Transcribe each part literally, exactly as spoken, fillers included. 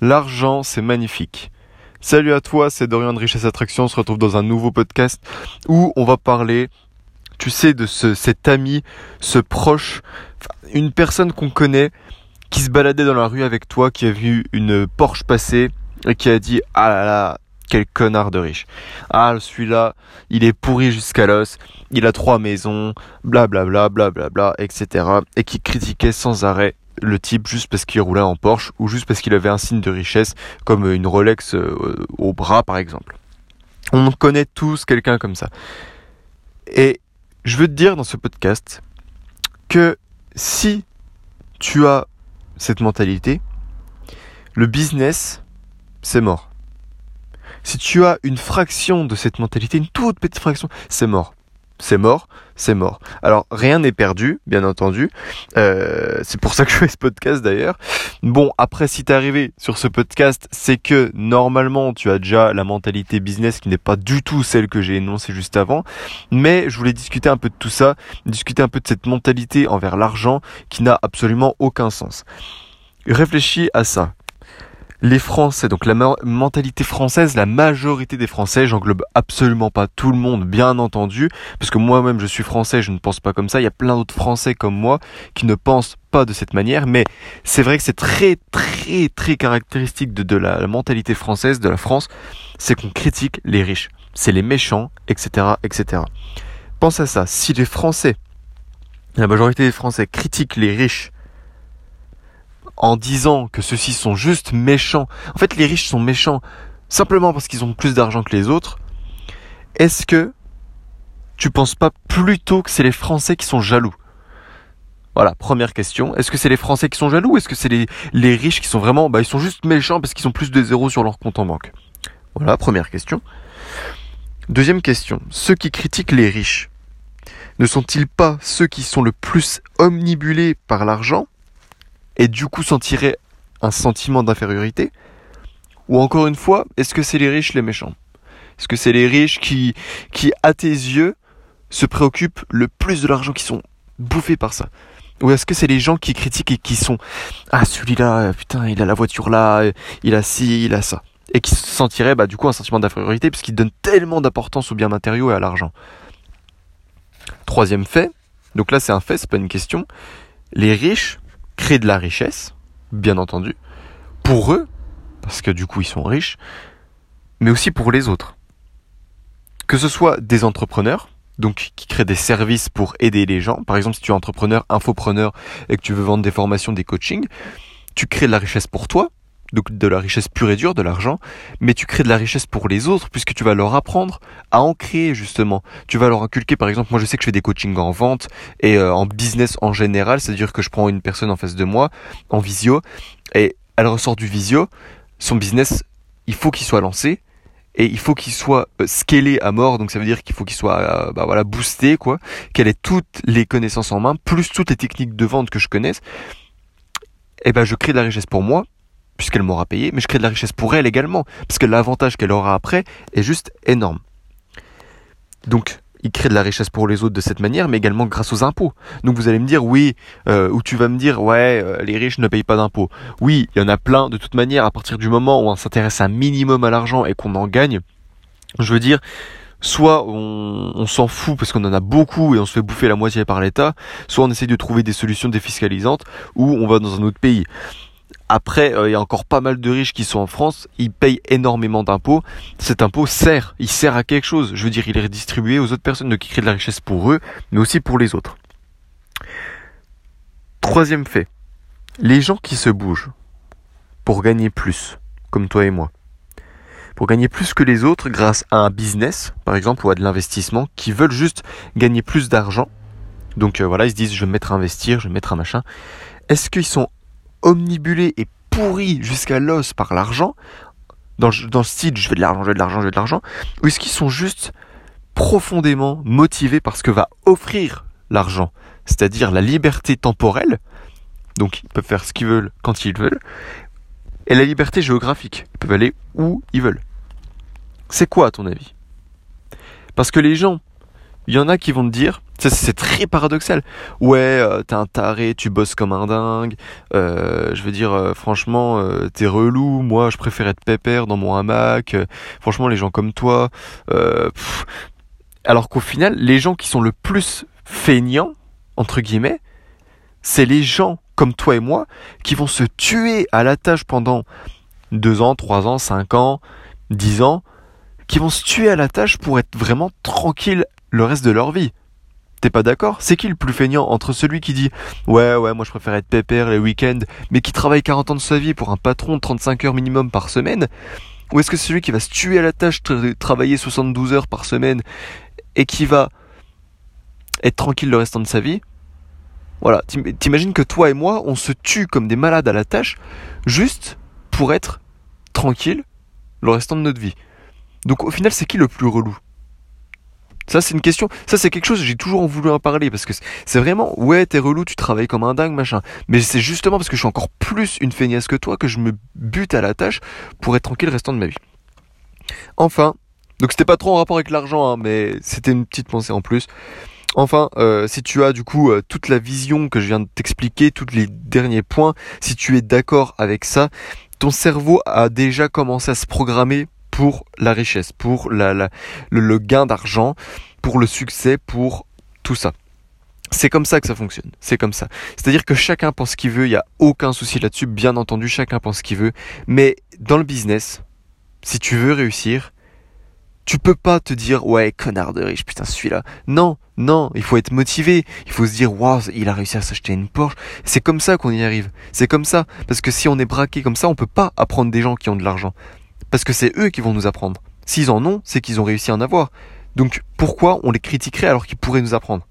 L'argent, c'est magnifique. Salut à toi, c'est Dorian de Richesse Attraction. On se retrouve dans un nouveau podcast où on va parler, tu sais, de ce, cet ami, ce proche, une personne qu'on connaît qui se baladait dans la rue avec toi, qui a vu une Porsche passer et qui a dit « Ah là là, quel connard de riche. Ah, celui-là, il est pourri jusqu'à l'os, il a trois maisons, blablabla, blablabla, et cetera » et qui critiquait sans arrêt le type juste parce qu'il roulait en Porsche ou juste parce qu'il avait un signe de richesse comme une Rolex euh, au bras par exemple. On connaît tous quelqu'un comme ça. Et je veux te dire dans ce podcast que si tu as cette mentalité, le business, c'est mort. Si tu as une fraction de cette mentalité, une toute petite fraction, c'est mort. C'est mort, c'est mort. Alors, rien n'est perdu, bien entendu. Euh, c'est pour ça que je fais ce podcast d'ailleurs. Bon, après, si t'es arrivé sur ce podcast, c'est que normalement, tu as déjà la mentalité business qui n'est pas du tout celle que j'ai énoncée juste avant. Mais je voulais discuter un peu de tout ça, discuter un peu de cette mentalité envers l'argent qui n'a absolument aucun sens. Réfléchis à ça. Les Français, donc la ma- mentalité française, la majorité des Français, j'englobe absolument pas tout le monde, bien entendu, parce que moi-même je suis français, je ne pense pas comme ça, il y a plein d'autres Français comme moi qui ne pensent pas de cette manière, mais c'est vrai que c'est très très très caractéristique de, de la, la mentalité française, de la France, c'est qu'on critique les riches, c'est les méchants, et cetera, et cetera. Pense à ça, si les Français, la majorité des Français critiquent les riches, en disant que ceux-ci sont juste méchants. En fait, les riches sont méchants simplement parce qu'ils ont plus d'argent que les autres. Est-ce que tu penses pas plutôt que c'est les Français qui sont jaloux ? Voilà, première question. Est-ce que c'est les Français qui sont jaloux ou est-ce que c'est les, les riches qui sont vraiment... Bah, ils sont juste méchants parce qu'ils ont plus de zéros sur leur compte en banque. Voilà, première question. Deuxième question. Ceux qui critiquent les riches, ne sont-ils pas ceux qui sont le plus omnibulés par l'argent ? Et du coup sentirait un sentiment d'infériorité ? Ou encore une fois, est-ce que c'est les riches les méchants ? Est-ce que c'est les riches qui, qui, à tes yeux, se préoccupent le plus de l'argent, qui sont bouffés par ça ? Ou est-ce que c'est les gens qui critiquent et qui sont « Ah, celui-là, putain, il a la voiture là, il a ci, il a ça » et qui se sentiraient bah, du coup un sentiment d'infériorité parce qu'ils donnent tellement d'importance aux biens matériaux et à l'argent. Troisième fait, donc là c'est un fait, c'est pas une question, les riches créent de la richesse, bien entendu, pour eux, parce que du coup ils sont riches, mais aussi pour les autres. Que ce soit des entrepreneurs, donc qui créent des services pour aider les gens, par exemple si tu es entrepreneur, infopreneur, et que tu veux vendre des formations, des coachings, tu crées de la richesse pour toi, donc de la richesse pure et dure, de l'argent, mais tu crées de la richesse pour les autres, puisque tu vas leur apprendre à en créer justement. Tu vas leur inculquer, par exemple, moi je sais que je fais des coachings en vente et euh, en business en général, c'est-à-dire que je prends une personne en face de moi, en visio, et elle ressort du visio, son business, il faut qu'il soit lancé, et il faut qu'il soit euh, scalé à mort, donc ça veut dire qu'il faut qu'il soit euh, bah voilà, boosté, quoi, qu'elle ait toutes les connaissances en main, plus toutes les techniques de vente que je connaisse, et ben je crée de la richesse pour moi, puisqu'elle m'aura payé, mais je crée de la richesse pour elle également, parce que l'avantage qu'elle aura après est juste énorme. Donc, il crée de la richesse pour les autres de cette manière, mais également grâce aux impôts. Donc vous allez me dire, oui, euh, ou tu vas me dire, ouais, euh, les riches ne payent pas d'impôts. Oui, il y en a plein, de toute manière, à partir du moment où on s'intéresse un minimum à l'argent et qu'on en gagne, je veux dire, soit on, on s'en fout parce qu'on en a beaucoup et on se fait bouffer la moitié par l'État, soit on essaye de trouver des solutions défiscalisantes, ou on va dans un autre pays. Après, il euh, y a encore pas mal de riches qui sont en France, ils payent énormément d'impôts. Cet impôt sert, il sert à quelque chose. Je veux dire, il est redistribué aux autres personnes, donc il crée de la richesse pour eux, mais aussi pour les autres. Troisième fait, les gens qui se bougent pour gagner plus, comme toi et moi, pour gagner plus que les autres grâce à un business, par exemple, ou à de l'investissement, qui veulent juste gagner plus d'argent. Donc euh, voilà, ils se disent, je vais me mettre à investir, je vais me mettre à machin. Est-ce qu'ils sont omnibulés et pourris jusqu'à l'os par l'argent, dans, dans le style je veux de l'argent, je veux de l'argent, je veux de l'argent, ou est-ce qu'ils sont juste profondément motivés par ce que va offrir l'argent, c'est-à-dire la liberté temporelle, donc ils peuvent faire ce qu'ils veulent quand ils veulent, et la liberté géographique, ils peuvent aller où ils veulent. C'est quoi à ton avis ? Parce que les gens, il y en a qui vont te dire, Ça, c'est très paradoxal. Ouais, euh, t'es un taré, tu bosses comme un dingue. Euh, je veux dire, euh, franchement, euh, t'es relou. Moi, je préfère être pépère dans mon hamac. Euh, franchement, les gens comme toi. Euh, pff. Alors qu'au final, les gens qui sont le plus feignants, entre guillemets, c'est les gens comme toi et moi qui vont se tuer à la tâche pendant deux ans, trois ans, cinq ans, dix ans, qui vont se tuer à la tâche pour être vraiment tranquilles le reste de leur vie. T'es pas d'accord? C'est qui le plus feignant entre celui qui dit ouais ouais moi je préfère être pépère les week-ends mais qui travaille quarante ans de sa vie pour un patron de trente-cinq heures minimum par semaine, ou est-ce que c'est celui qui va se tuer à la tâche, tra- travailler soixante-douze heures par semaine et qui va être tranquille le restant de sa vie? Voilà, t'im- t'imagines que toi et moi on se tue comme des malades à la tâche juste pour être tranquille le restant de notre vie. Donc au final c'est qui le plus relou? Ça c'est une question, ça c'est quelque chose que j'ai toujours voulu en parler parce que c'est vraiment, ouais t'es relou, tu travailles comme un dingue machin, mais c'est justement parce que je suis encore plus une feignasse que toi que je me bute à la tâche pour être tranquille le restant de ma vie. Enfin, donc c'était pas trop en rapport avec l'argent hein, mais c'était une petite pensée en plus. Enfin, euh, si tu as du coup euh, toute la vision que je viens de t'expliquer, tous les derniers points, si tu es d'accord avec ça, ton cerveau a déjà commencé à se programmer pour la richesse, pour la, la, le, le gain d'argent, pour le succès, pour tout ça. C'est comme ça que ça fonctionne, c'est comme ça. C'est-à-dire que chacun pense ce qu'il veut, il n'y a aucun souci là-dessus, bien entendu, chacun pense ce qu'il veut. Mais dans le business, si tu veux réussir, tu peux pas te dire ouais connard de riche, putain celui-là. Non, non, il faut être motivé, il faut se dire waouh, il a réussi à s'acheter une Porsche. C'est comme ça qu'on y arrive, c'est comme ça. Parce que si on est braqué comme ça, on peut pas apprendre des gens qui ont de l'argent. Parce que c'est eux qui vont nous apprendre. S'ils en ont, c'est qu'ils ont réussi à en avoir. Donc pourquoi on les critiquerait alors qu'ils pourraient nous apprendre?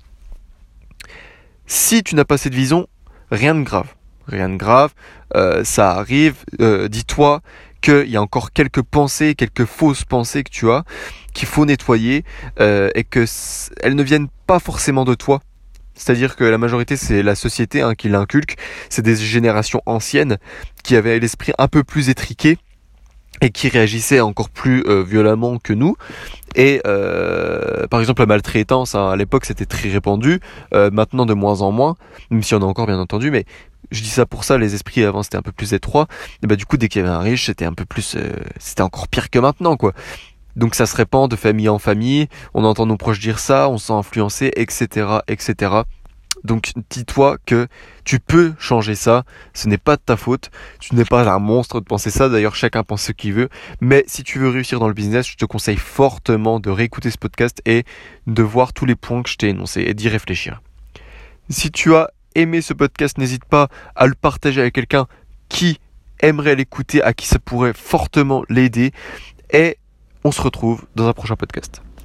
Si tu n'as pas cette vision, rien de grave. Rien de grave, euh, ça arrive, euh, dis-toi qu'il y a encore quelques pensées, quelques fausses pensées que tu as, qu'il faut nettoyer, euh, et que c- elles ne viennent pas forcément de toi. C'est-à-dire que la majorité, c'est la société hein, qui l'inculque, c'est des générations anciennes qui avaient l'esprit un peu plus étriqué, et qui réagissaient encore plus euh, violemment que nous. Et euh, par exemple la maltraitance, hein, à l'époque c'était très répandu, euh, maintenant de moins en moins, même si on a encore bien entendu, mais je dis ça pour ça, les esprits avant c'était un peu plus étroit, et bah du coup dès qu'il y avait un riche c'était un peu plus, euh, c'était encore pire que maintenant quoi. Donc ça se répand de famille en famille, on entend nos proches dire ça, on se sent influencé, et cetera, et cetera. Donc dis-toi que tu peux changer ça, ce n'est pas de ta faute, tu n'es pas un monstre de penser ça, d'ailleurs chacun pense ce qu'il veut, mais si tu veux réussir dans le business, je te conseille fortement de réécouter ce podcast et de voir tous les points que je t'ai énoncés et d'y réfléchir. Si tu as aimé ce podcast, n'hésite pas à le partager avec quelqu'un qui aimerait l'écouter, à qui ça pourrait fortement l'aider, et on se retrouve dans un prochain podcast.